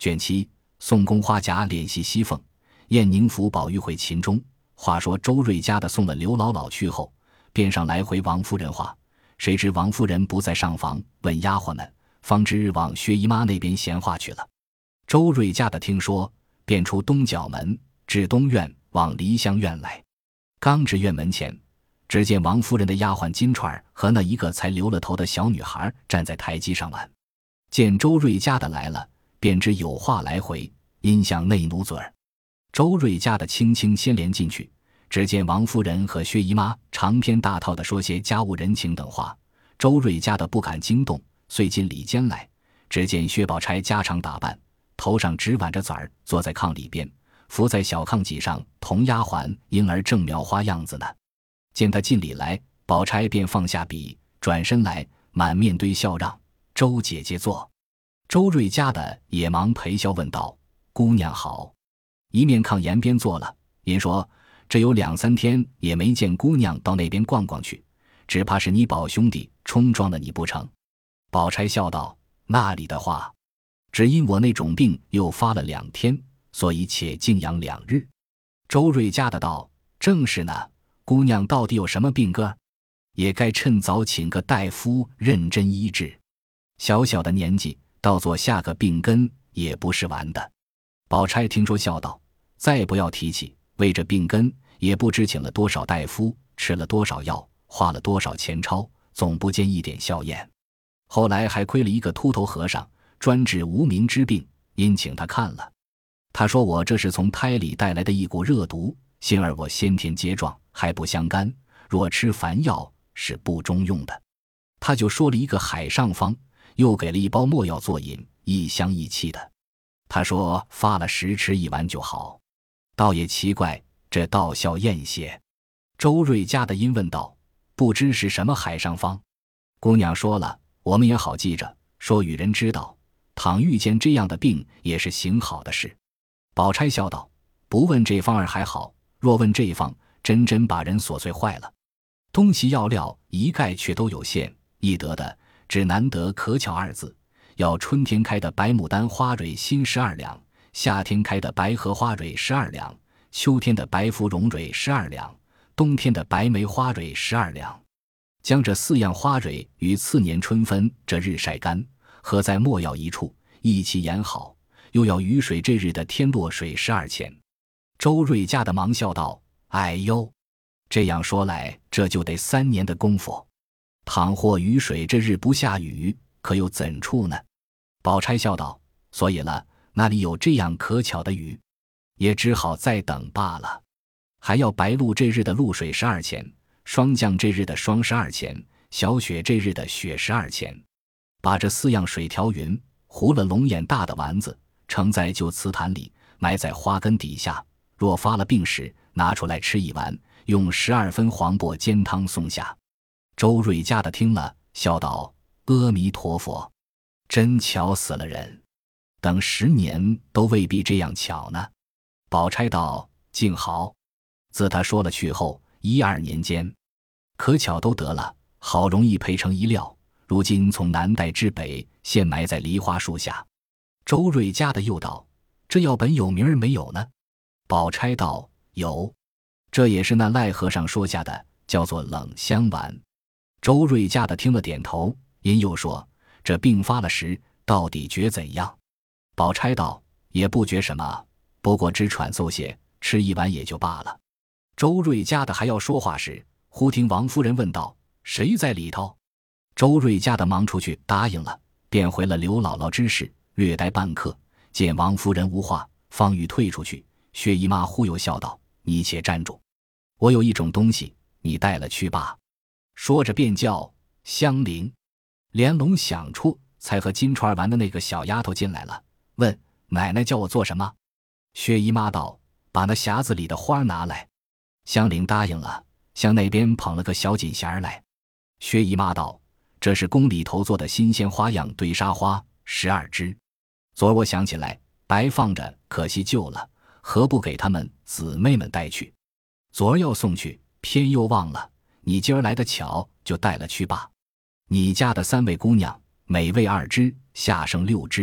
卷7，宋宫花甲敛系西凤，燕宁府宝玉会秦钟。话说周瑞家的送了刘姥姥去后，便上来回王夫人话，谁知王夫人不在上房，问丫鬟们，方知往薛姨妈那边闲话去了。周瑞家的听说，便出东角门，至东院，往梨香院来。刚至院门前，只见王夫人的丫鬟金钏和那一个才留了头的小女孩站在台基上玩。见周瑞家的来了，便知有话来回，因向内努嘴儿。周瑞家的轻轻先连进去，只见王夫人和薛姨妈长篇大套地说些家务人情等话，周瑞家的不敢惊动，遂进里间来。只见薛宝钗家常打扮，头上只挽着嘴儿，坐在炕里边，伏在小炕脊上，同丫鬟婴儿正描花样子呢。见他进里来，宝钗便放下笔，转身来，满面堆笑让周姐姐坐。周瑞家的也忙陪笑问道：姑娘好。一面炕沿边坐了，因说这有2、3天也没见姑娘到那边逛逛去，只怕是你宝兄弟冲撞了你不成。宝钗笑道：那里的话，只因我那种病又发了2天，所以且静养2日。周瑞家的道：正是呢，姑娘到底有什么病个？也该趁早请个大夫认真医治。小小的年纪，到做下个病根也不是玩的。宝钗听说笑道：再不要提起，为这病根也不知请了多少大夫，吃了多少药，花了多少钱钞，总不见一点笑颜。后来还亏了一个秃头和尚，专治无名之病，因请他看了。他说我这是从胎里带来的一股热毒，幸而我先天结壮，还不相干，若吃凡药是不中用的。他就说了一个海上方，又给了一包墨药做饮，一香一气的。他说发了10吃1丸就好。倒也奇怪，这道效艳些。周瑞家的因问道：不知是什么海上方？姑娘说了，我们也好记着，说与人知道，倘遇见这样的病也是行好的事。宝钗笑道：不问这方儿还好，若问这方，真把人琐碎坏了。东西药料一概却都有限，易得的只难得可巧2字，要春天开的白牡丹花蕊心12两，夏天开的白荷花蕊12两，秋天的白芙蓉蕊12两，冬天的白梅花蕊12两。将这4样花蕊于次年春分这日晒干，合在墨药一处，一起研好，又要雨水这日的天落水12钱。周瑞家的忙笑道：哎呦，这样说来，这就得3年的功夫。倘或雨水这日不下雨，可又怎处呢？宝钗笑道：所以了，那里有这样可巧的雨，也只好再等罢了。还要白露这日的露水12钱，霜降这日的霜12钱，小雪这日的雪12钱。把这4样水调匀，糊了龙眼大的丸子，盛在旧瓷坛里，埋在花根底下，若发了病时，拿出来吃1丸，用12分黄柏煎汤送下。周瑞家的听了，笑道：阿弥陀佛，真巧死了人，等10年都未必这样巧呢。宝钗道：静好。自他说了去后1、2年间，可巧都得了，好容易配成一料，如今从南带至北，现埋在梨花树下。周瑞家的又道：这药本有名儿没有呢？宝钗道：有，这也是那赖和尚说下的，叫做冷香丸。周瑞家的听了点头，因又说：这病发了时，到底觉怎样？宝钗道：也不觉什么，不过只喘嗽些，吃1丸也就罢了。周瑞家的还要说话时，忽听王夫人问道：谁在里头？周瑞家的忙出去答应了，便回了刘姥姥之事，略待半刻，见王夫人无话，方欲退出去。薛姨妈忽又笑道：你且站住，我有一种东西，你带了去罢。说着便叫香菱。连笼响处，才和金钏玩的那个小丫头进来了，问奶奶叫我做什么？薛姨妈道：把那匣子里的花拿来。香菱答应了，向那边捧了个小锦匣来。薛姨妈道：这是宫里头做的新鲜花样对沙花12枝，昨儿我想起来白放着，可惜旧了，何不给他们姊妹们带去？昨儿要送去，偏又忘了，你今儿来的巧，就带了去罢。你家的3位姑娘，每位2枝，下剩6枝，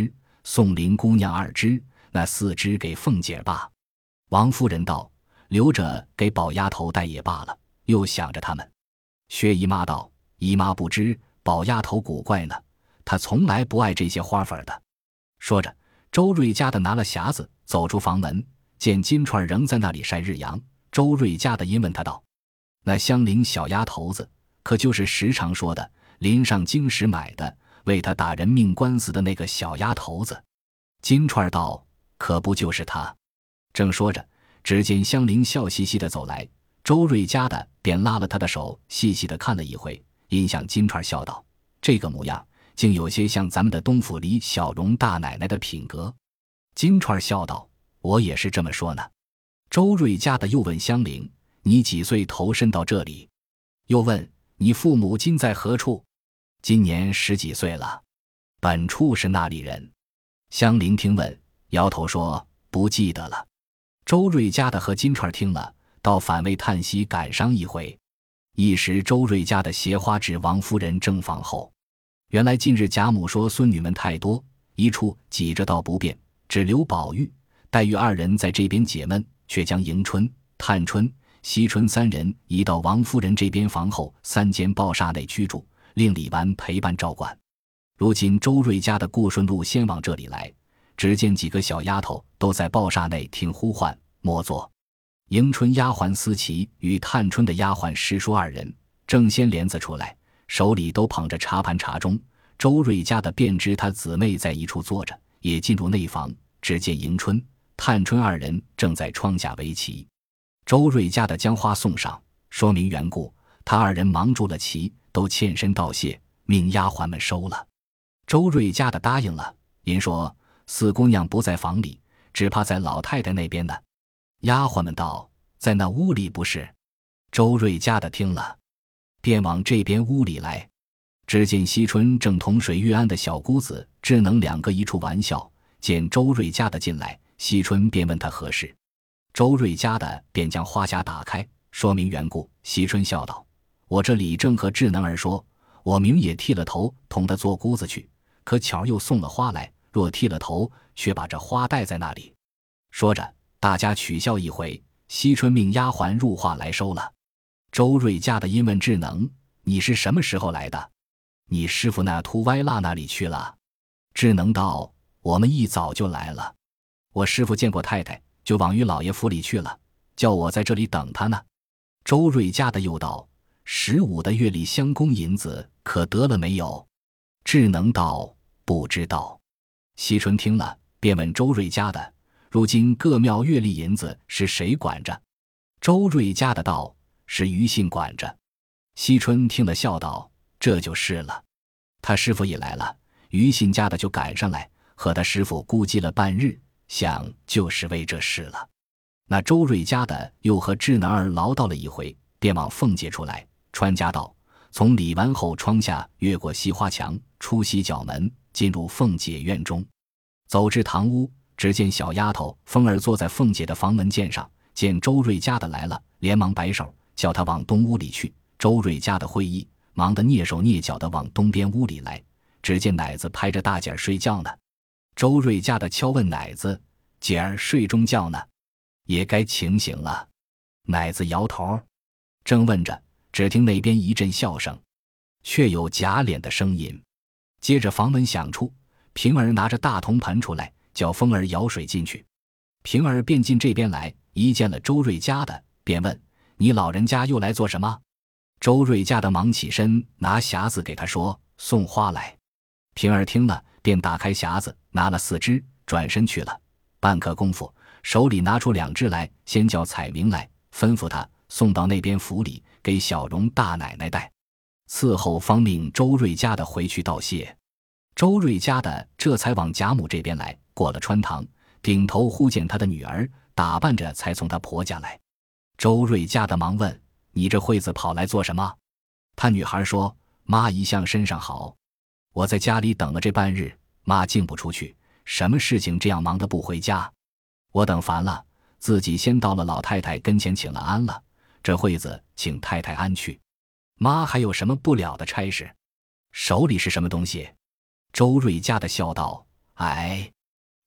送林姑娘2只，那4只给凤姐罢。”王夫人道：“留着给宝丫头带也罢了。”又想着他们。薛姨妈道：“姨妈不知，宝丫头古怪呢，她从来不爱这些花粉的。”说着，周瑞家的拿了匣子走出房门，见金钏仍在那里晒日阳。周瑞家的因问他道：“那香菱小丫头子，可就是时常说的临上京时买的，为他打人命官司的那个小丫头子？”金钏道：“可不就是她。”正说着，只见香菱笑嘻嘻地走来，周瑞家的便拉了她的手，细细地看了一回，因向金钏笑道：“这个模样，竟有些像咱们的东府里小荣大奶奶的品格。”金钏笑道：“我也是这么说呢。”周瑞家的又问香菱：“你几岁投身到这里？”又问：“你父母今在何处？”“今年10几岁了。”“本处是那里人？”香菱听问，摇头说：“不记得了。”周瑞家的和金钏听了，倒反为叹息感伤一回。一时周瑞家的携花至王夫人正房后，原来近日贾母说孙女们太多，一处挤着倒不便，只留宝玉、黛玉2人在这边解闷，却将迎春、探春、惜春3人移到王夫人这边房后3间抱厦内居住，令李纨陪伴照管。如今周瑞家的顾顺路先往这里来，只见几个小丫头都在抱厦内听呼唤，莫坐。迎春丫鬟思琪与探春的丫鬟石叔2人正掀帘子出来，手里都捧着茶盘茶盅。周瑞家的便知他姊妹在一处坐着，也进入内房，只见迎春、探春2人正在窗下围棋。周瑞家的将花送上，说明缘故，他2人忙住了棋，都欠身道谢，命丫鬟们收了。周瑞家的答应了，因说4姑娘不在房里，只怕在老太太那边呢。丫鬟们道：“在那屋里不是？”周瑞家的听了，便往这边屋里来。只见惜春正同水月庵的小姑子智能2个一处玩笑，见周瑞家的进来，惜春便问他何事。周瑞家的便将花匣打开，说明缘故。惜春笑道：“我这里正和智能儿说，我明也剃了头同他做姑子去，可巧又送了花来，若剃了头，却把这花带在那里。”说着，大家取笑一回，惜春命丫鬟入画来收了。周瑞家的因问智能：“你是什么时候来的？你师傅那秃歪蜡那里去了？”智能道：“我们一早就来了。我师傅见过太太，就往于老爷府里去了，叫我在这里等他呢。”周瑞家的又道：“15的月例相公银子可得了没有？”智能道：“不知道。”惜春听了，便问周瑞家的：“如今各庙月例银子是谁管着？”周瑞家的道：“是于信管着。”惜春听了笑道：“这就是了。他师傅一来了，于信家的就赶上来，和他师傅估计了半日，想就是为这事了。”那周瑞家的又和智能儿唠叨了一回，便往凤姐出来，穿家道，从李纨后窗下越过西花墙，出西角门，进入凤姐院中。走至堂屋，只见小丫头凤儿坐在凤姐的房门键上，见周瑞家的来了，连忙摆手叫他往东屋里去。周瑞家的会意，忙得蹑手蹑脚的往东边屋里来，只见奶子拍着大姐儿睡觉呢。周瑞家的敲问奶子：“姐儿睡中觉呢，也该请醒了。”奶子摇头，正问着，只听那边一阵笑声，却有假脸的声音。接着房门响处，平儿拿着大铜盆出来，叫风儿舀水进去。平儿便进这边来，一见了周瑞家的，便问：“你老人家又来做什么？”周瑞家的忙起身，拿匣子给他说：“送花来。”平儿听了，便打开匣子，拿了4只，转身去了。半刻功夫，手里拿出2只来，先叫彩明来，吩咐他送到那边府里，给小荣大奶奶带。伺候方命周瑞家的回去道谢。周瑞家的这才往贾母这边来，过了穿堂，顶头忽见他的女儿打扮着才从他婆家来。周瑞家的忙问：“你这会子跑来做什么？”他女孩说：“妈一向身上好，我在家里等了这半日，妈竟不出去，什么事情这样忙得不回家？我等烦了，自己先到了老太太跟前请了安了，这会子请太太安去。妈还有什么不了的差事？手里是什么东西？”周瑞家的笑道：“哎，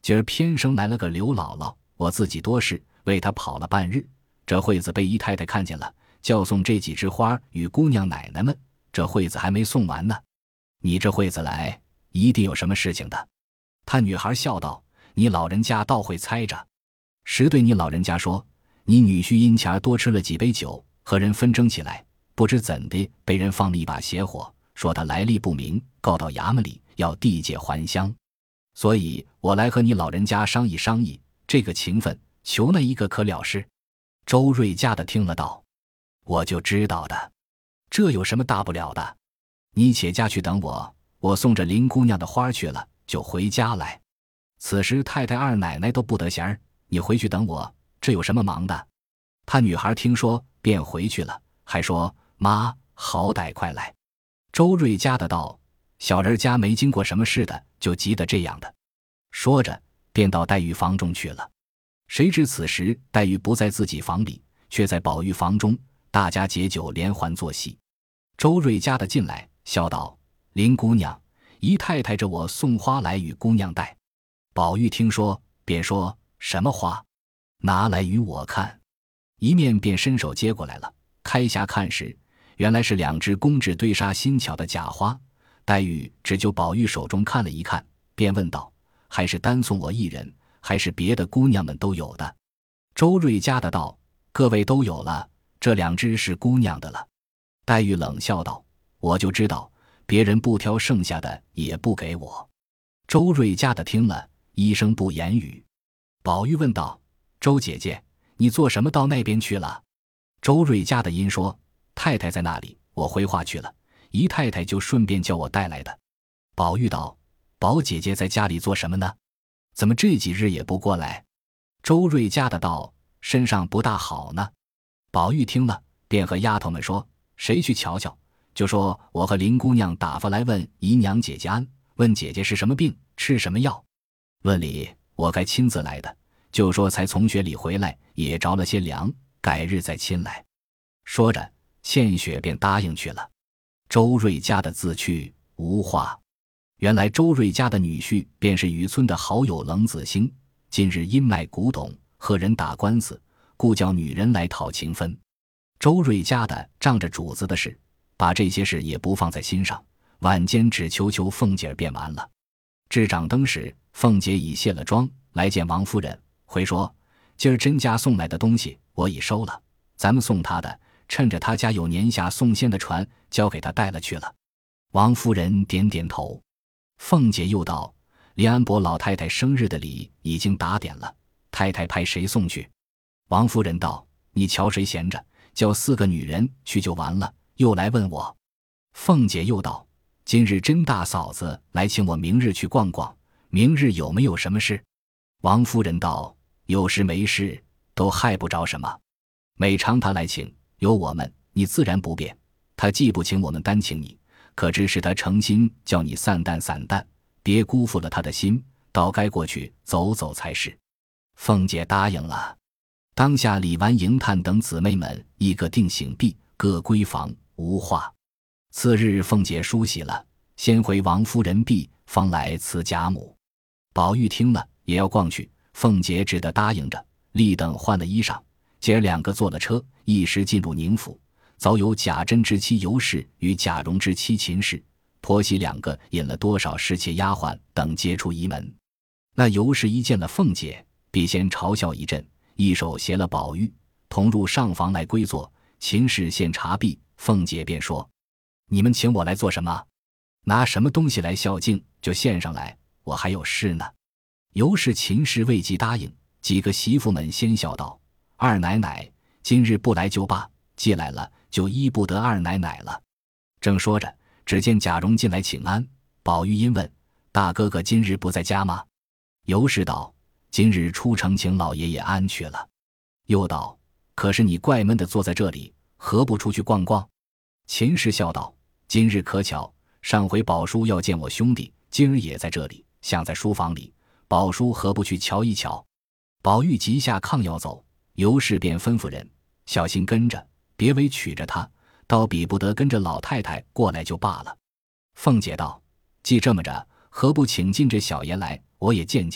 今儿偏生来了个刘姥姥，我自己多事，为她跑了半日。这惠子被姨太太看见了，叫送这几枝花与姑娘奶奶们，这惠子还没送完呢。你这惠子来，一定有什么事情的。”他女孩笑道：“你老人家倒会猜着。”时对你老人家说：“你女婿因前多吃了几杯酒，和人纷争起来，不知怎的被人放了一把邪火，说他来历不明，告到衙门里要地界还乡。所以我来和你老人家商议商议，这个情分，求那一个可了事。”周瑞家的听了道：“我就知道的，这有什么大不了的？你且家去等我，我送着林姑娘的花去了，就回家来。此时太太二奶奶都不得闲儿，你回去等我，这有什么忙的？”他女孩听说便回去了，还说：“妈，好歹快来。”周瑞家的道：“小人家没经过什么事的，就急得这样的。”说着便到黛玉房中去了。谁知此时黛玉不在自己房里，却在宝玉房中，大家解酒连环作戏。周瑞家的进来笑道：“林姑娘，姨太太着我送花来与姑娘带。”宝玉听说便说：“什么花？拿来与我看。”一面便伸手接过来了，开匣看时，原来是2只工制堆纱新巧的假花。黛玉只就宝玉手中看了一看，便问道：“还是单送我一人，还是别的姑娘们都有的？”周瑞家的道：“各位都有了，这2只是姑娘的了。”黛玉冷笑道：“我就知道，别人不挑剩下的也不给我。”周瑞家的听了，一声不言语。宝玉问道：“周姐姐，你做什么到那边去了？”周瑞家的因说：“太太在那里，我回话去了，姨太太就顺便叫我带来的。”宝玉道：“宝姐姐在家里做什么呢？怎么这几日也不过来？”周瑞家的道：“身上不大好呢。”宝玉听了，便和丫头们说：“谁去瞧瞧？”就说：“我和林姑娘打发来问姨娘姐姐安，问姐姐是什么病，吃什么药。论理我该亲自来的，就说才从学里回来，也着了些凉，改日再亲来。”说着倩雪便答应去了。周瑞家的自去无话。原来周瑞家的女婿便是雨村的好友冷子兴，近日因卖古董和人打官司，故叫女人来讨情分。周瑞家的仗着主子的事，把这些事也不放在心上，晚间只求凤姐儿便完了。至掌灯时，凤姐已卸了妆来见王夫人，回说：“今儿甄家送来的东西我已收了，咱们送她的，趁着她家有年下送仙的船，交给她带了去了。”王夫人点点头。凤姐又道：“林安伯老太太生日的礼已经打点了，太太派谁送去？”王夫人道：“你瞧谁闲着，叫4个女人去就完了，又来问我。”凤姐又道：“今日甄大嫂子来请我明日去逛逛，明日有没有什么事？”王夫人道：“有事没事，都害不着什么。每常她来请，有我们，你自然不便。她既不请我们，单请你，可知是她诚心叫你散淡，别辜负了她的心，倒该过去走走才是。”凤姐答应了。当下李纨、迎探等姊妹们一个定醒毕，各归房，无话。次日凤姐梳洗了，先回王夫人毕，方来辞贾母。宝玉听了也要逛去，凤姐只得答应着，立等换了衣裳，姐儿2个坐了车，一时进入宁府。早有贾珍之妻尤氏与贾蓉之妻秦氏、婆媳2个引了多少侍妾丫鬟等接出仪门。那尤氏一见了凤姐，必先嘲笑一阵，一手携了宝玉同入上房来归坐。秦氏献茶毕，凤姐便说：“你们请我来做什么？拿什么东西来孝敬，就献上来，我还有事呢。”尤氏、秦氏未及答应，几个媳妇们先笑道：“二奶奶今日不来就罢，既来了就依不得二奶奶了。”正说着，只见贾蓉进来请安。宝玉因问：“大哥哥今日不在家吗？”尤氏道：“今日出城请老爷爷安去了。”又道：“可是你怪闷的坐在这里，何不出去逛逛？”秦氏笑道：“今日可巧，上回宝叔要见我兄弟，今儿也在这里，想在书房里，宝叔何不去瞧一瞧？”宝玉急下炕要走，尤氏便吩咐人小心跟着，别为取着他，倒比不得跟着老太太过来就罢了。凤姐道：“既这么着，何不请进这小爷来，我也见见，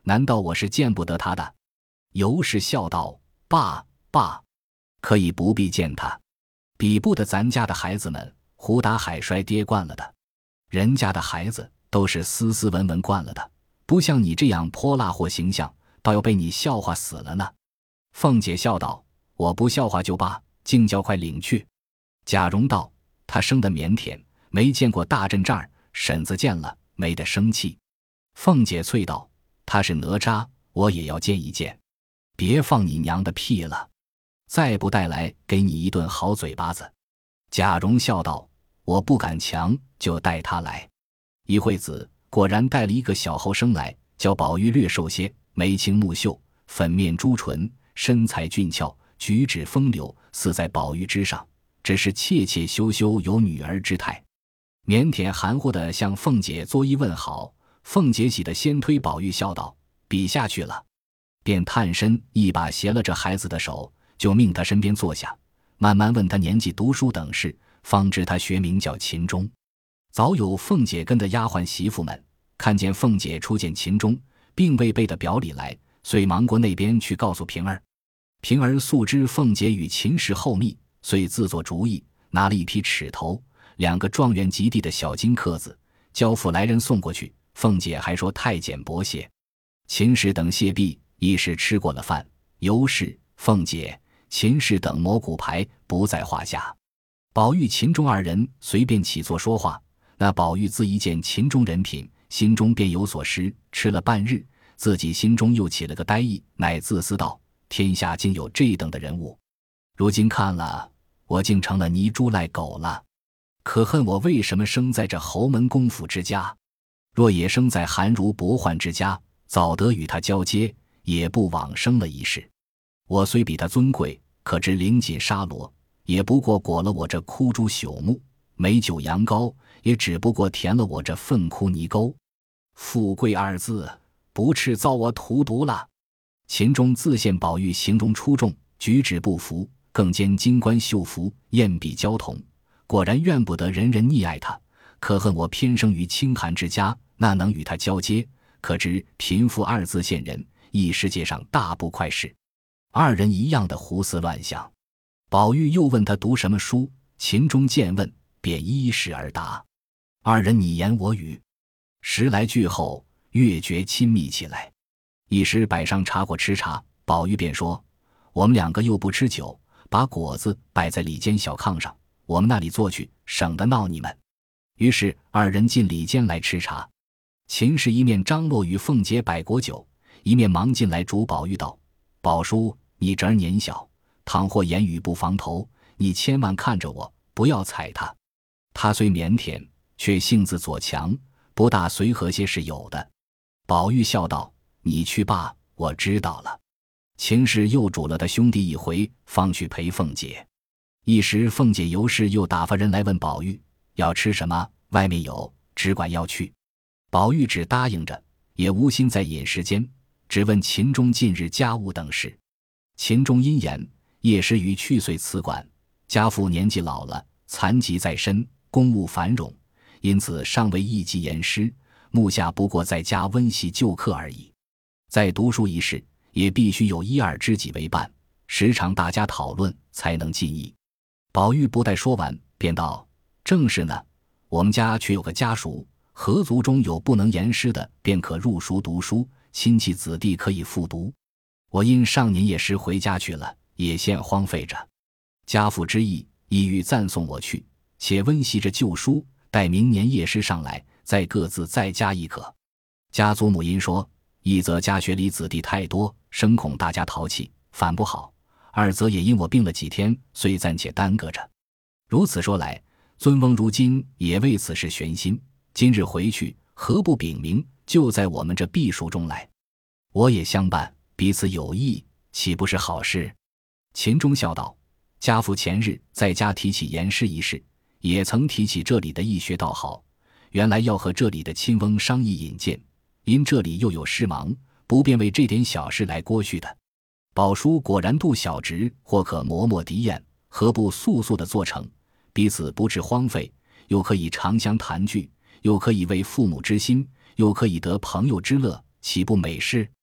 难道我是见不得他的？尤氏笑道：爸，可以不必见他，比不得咱家的孩子们胡打海摔跌惯了的，人家的孩子都是斯斯文文惯了的，不像你这样泼辣货形象，倒要被你笑话死了呢。凤姐笑道：我不笑话就罢，竟叫快领去。贾蓉道：他生得腼腆，没见过大阵仗，婶子见了没得生气。凤姐啐道：他是哪吒，我也要见一见，别放你娘的屁了，再不带来给你一顿好嘴巴子。贾蓉笑道：我不敢强，就带他来。一会子果然带了一个小后生来，叫宝玉略瘦些，眉清目秀，粉面朱唇，身材俊俏，举止风流，似在宝玉之上，只是怯怯羞羞有女儿之态，腼腆含糊地向凤姐作揖问好。凤姐喜得先推宝玉笑道：比下去了，便探身一把携了这孩子的手，就命他身边坐下，慢慢问他年纪、读书等事，方知他学名叫秦钟。早有凤姐跟的丫鬟媳妇们看见凤姐初见秦钟，并未备的表里来，遂忙过那边去告诉平儿。平儿素知凤姐与秦氏厚密，遂自作主意，拿了一批尺头、2个状元及第的小金刻子，交付来人送过去。凤姐还说太监薄谢。秦氏等谢毕，一时吃过了饭，尤氏、凤姐、秦氏等蘑骨牌不在话下。宝玉、秦钟二人随便起坐说话，那宝玉自一见秦钟人品，心中便有所失，吃了半日，自己心中又起了个呆意，乃自私道：天下竟有这等的人物，如今看了，我竟成了泥猪赖狗了，可恨我为什么生在这侯门公府之家，若也生在寒儒薄宦之家，早得与他交接，也不枉生了一世。我虽比他尊贵，可知领锦纱罗，也不过裹了我这枯竹朽木，美酒羊羔，也只不过填了我这粪窟泥沟。富贵二字，不啻遭我荼毒了。秦钟自羡宝玉形容出众，举止不符，更兼金冠绣服，艳比交同，果然怨不得人人溺爱他，可恨我偏生于清寒之家，那能与他交接？可知贫富二字羡人，一世界上大不快事。二人一样的胡思乱想。宝玉又问他读什么书，秦钟见问，便依时而答。二人你言我语，10来句后，越觉亲密起来。一时摆上茶果吃茶，宝玉便说：我们2个又不吃酒，把果子摆在里间小炕上，我们那里坐去，省得闹你们。于是二人进里间来吃茶。秦氏一面张罗与凤姐摆果酒，一面忙进来嘱宝玉道：宝叔，你侄儿年小，倘或言语不防头，你千万看着我，不要踩他。他虽腼腆，却性子左强，不大随和些是有的。宝玉笑道：你去罢，我知道了。秦氏又嘱了他兄弟一回，方去陪凤姐。一时凤姐尤氏又打发人来问宝玉要吃什么，外面有，只管要去。宝玉只答应着，也无心在饮食间，只问秦钟近日家务等事。秦钟因言叶时余去岁辞馆，家父年纪老了，残疾在身，公务繁冗，因此尚未一级言师，目下不过在家温习旧课而已。在读书一事，也必须有1、2知己为伴，时常大家讨论，才能进意。宝玉不待说完，便道：正是呢，我们家却有个家属，合族中有不能言诗的，便可入塾读书，亲戚子弟可以复读。我因上年夜时回家去了，也现荒废着。家父之意，意欲暂送我去，且温习着旧书，待明年夜师上来，再各自在家亦可。家祖母因说：一则家学里子弟太多，生恐大家淘气，反不好；二则也因我病了几天，虽暂且耽搁着。如此说来，尊翁如今也为此事悬心，今日回去，何不禀明，就在我们这避暑中来？我也相伴，彼此有益，岂不是好事？秦钟笑道：家父前日在家提起言师一事，也曾提起这里的义学道好，原来要和这里的亲翁商议引荐，因这里又有事忙，不便为这点小事来过去的。宝叔果然度小侄，或可磨磨敌焰，何不速速地做成，彼此不致荒废，又可以长相谈聚，又可以为父母之心，又可以得朋友之乐，岂不美事？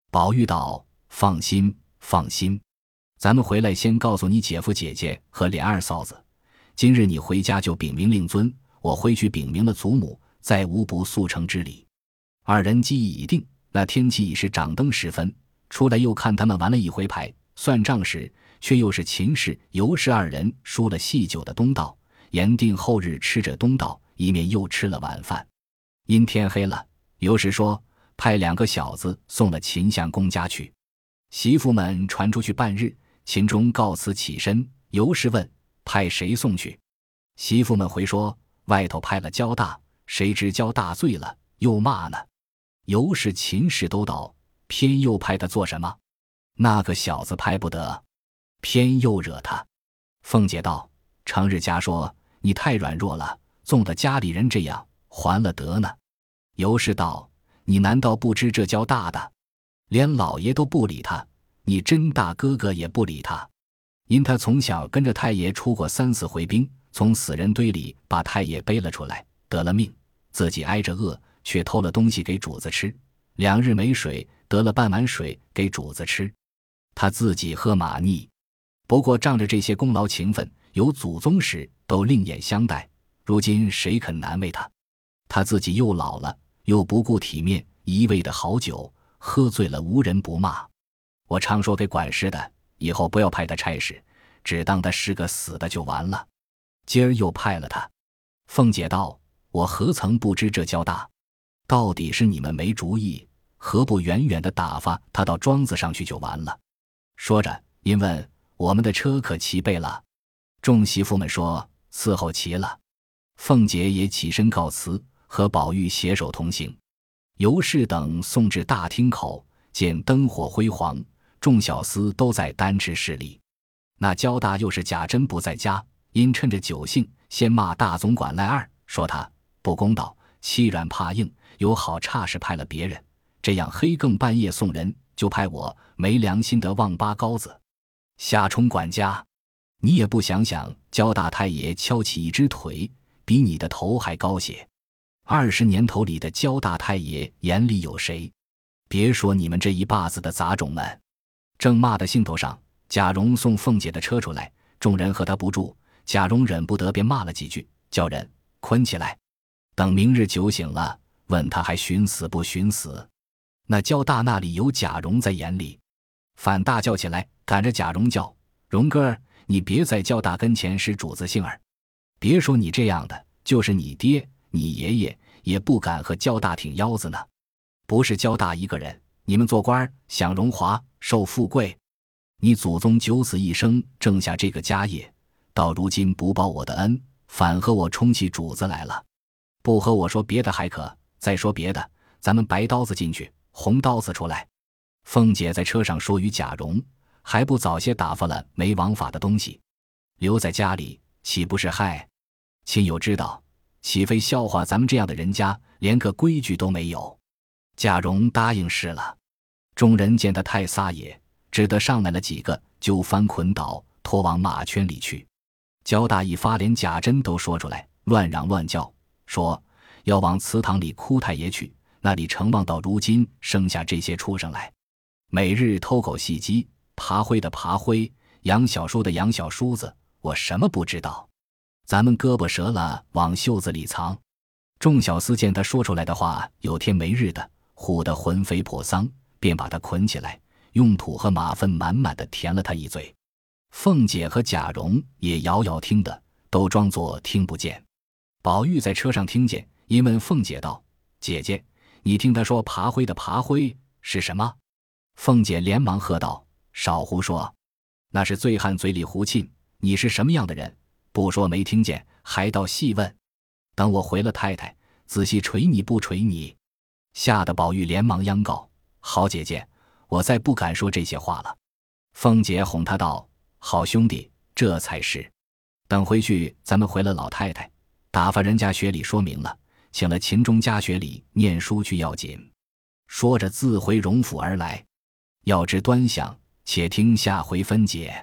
宝玉道：放心，放心，咱们回来先告诉你姐夫姐姐和琏二嫂子，今日你回家就禀明令尊，我回去禀明了祖母，再无不速成之理。二人计议已定，那天气已是掌灯时分，出来又看他们玩了一回牌，算账时却又是秦氏、尤氏二人输了细酒的东道，言定后日吃着东道，以免又吃了晚饭。因天黑了，尤氏说派2个小子送了秦相公家去。媳妇们传出去半日，秦钟告辞起身，尤氏问派谁送去。媳妇们回说外头派了焦大，谁知焦大醉了，又骂呢。尤氏、秦氏都道偏又派他做什么？那个小子派不得，偏又惹他。凤姐道：成日家说你太软弱了，纵得家里人这样，还了得呢。尤氏道：你难道不知这焦大的，连老爷都不理他，你真大哥哥也不理他。因他从小跟着太爷出过3、4回兵，从死人堆里把太爷背了出来，得了命，自己挨着饿，却偷了东西给主子吃，2日没水，得了半碗水给主子吃，他自己喝马腻。不过仗着这些功劳情分，有祖宗时都另眼相待，如今谁肯难为他？他自己又老了，又不顾体面，一味的好酒，喝醉了无人不骂。我常说给管事的，以后不要派他差事，只当他是个死的就完了。今儿又派了他。凤姐道：我何曾不知这交大，到底是你们没主意，何不远远的打发他到庄子上去就完了。说着，因问我们的车可齐备了？众媳妇们说伺候齐了。凤姐也起身告辞，和宝玉携手同行。尤氏等送至大厅口，见灯火辉煌，众小厮都在单持势力。那焦大又是贾珍不在家，因趁着酒兴，先骂大总管赖二，说他不公道，欺软怕硬，有好差事派了别人，这样黑更半夜送人，就派我没良心的忘八羔子。夏冲管家，你也不想想，焦大太爷敲起一只腿，比你的头还高些。20年头里的焦大太爷眼里有谁？别说你们这一把子的杂种们。正骂的兴头上，贾蓉送凤姐的车出来，众人和他不住，贾蓉忍不得便骂了几句，叫人捆起来，等明日酒醒了，问他还寻死不寻死。那焦大那里有贾蓉在眼里，反大叫起来，赶着贾蓉叫：蓉哥儿，你别在焦大跟前使主子性儿，别说你这样的，就是你爹你爷爷也不敢和焦大挺腰子呢。不是焦大一个人，你们做官享荣华受富贵，你祖宗9子一生挣下这个家业，到如今不报我的恩，反和我冲起主子来了。不和我说别的还可，再说别的，咱们白刀子进去，红刀子出来。凤姐在车上说与贾蓉，还不早些打发了没王法的东西，留在家里岂不是害？亲友知道，岂非笑话咱们这样的人家，连个规矩都没有。贾蓉答应是了。众人见他太撒野，只得上来了几个，就翻捆倒，拖往马圈里去。焦大一发，连贾珍都说出来，乱嚷乱叫，说要往祠堂里哭太爷去，那里成望到如今生下这些畜生来，每日偷狗戏鸡，爬灰的爬灰，养小叔的养小叔子，我什么不知道？咱们胳膊折了往袖子里藏。众小厮见他说出来的话有天没日的，唬得魂飞魄丧，便把他捆起来，用土和马粪满满的填了他一嘴。凤姐和贾蓉也遥遥听的，都装作听不见。宝玉在车上听见，因问凤姐道：姐姐，你听他说爬灰的爬灰是什么？凤姐连忙喝道：少胡说，那是醉汉嘴里胡沁，你是什么样的人？不说没听见，还到细问。等我回了太太，仔细捶你不捶你。吓得宝玉连忙央告：好姐姐，我再不敢说这些话了。凤姐哄他道：好兄弟，这才是。等回去咱们回了老太太，打发人家学里说明了，请了秦钟家学里念书去要紧。说着自回荣府而来。要知端详，且听下回分解。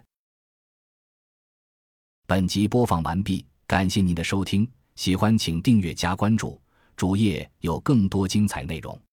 本集播放完毕，感谢您的收听，喜欢请订阅加关注，主页有更多精彩内容。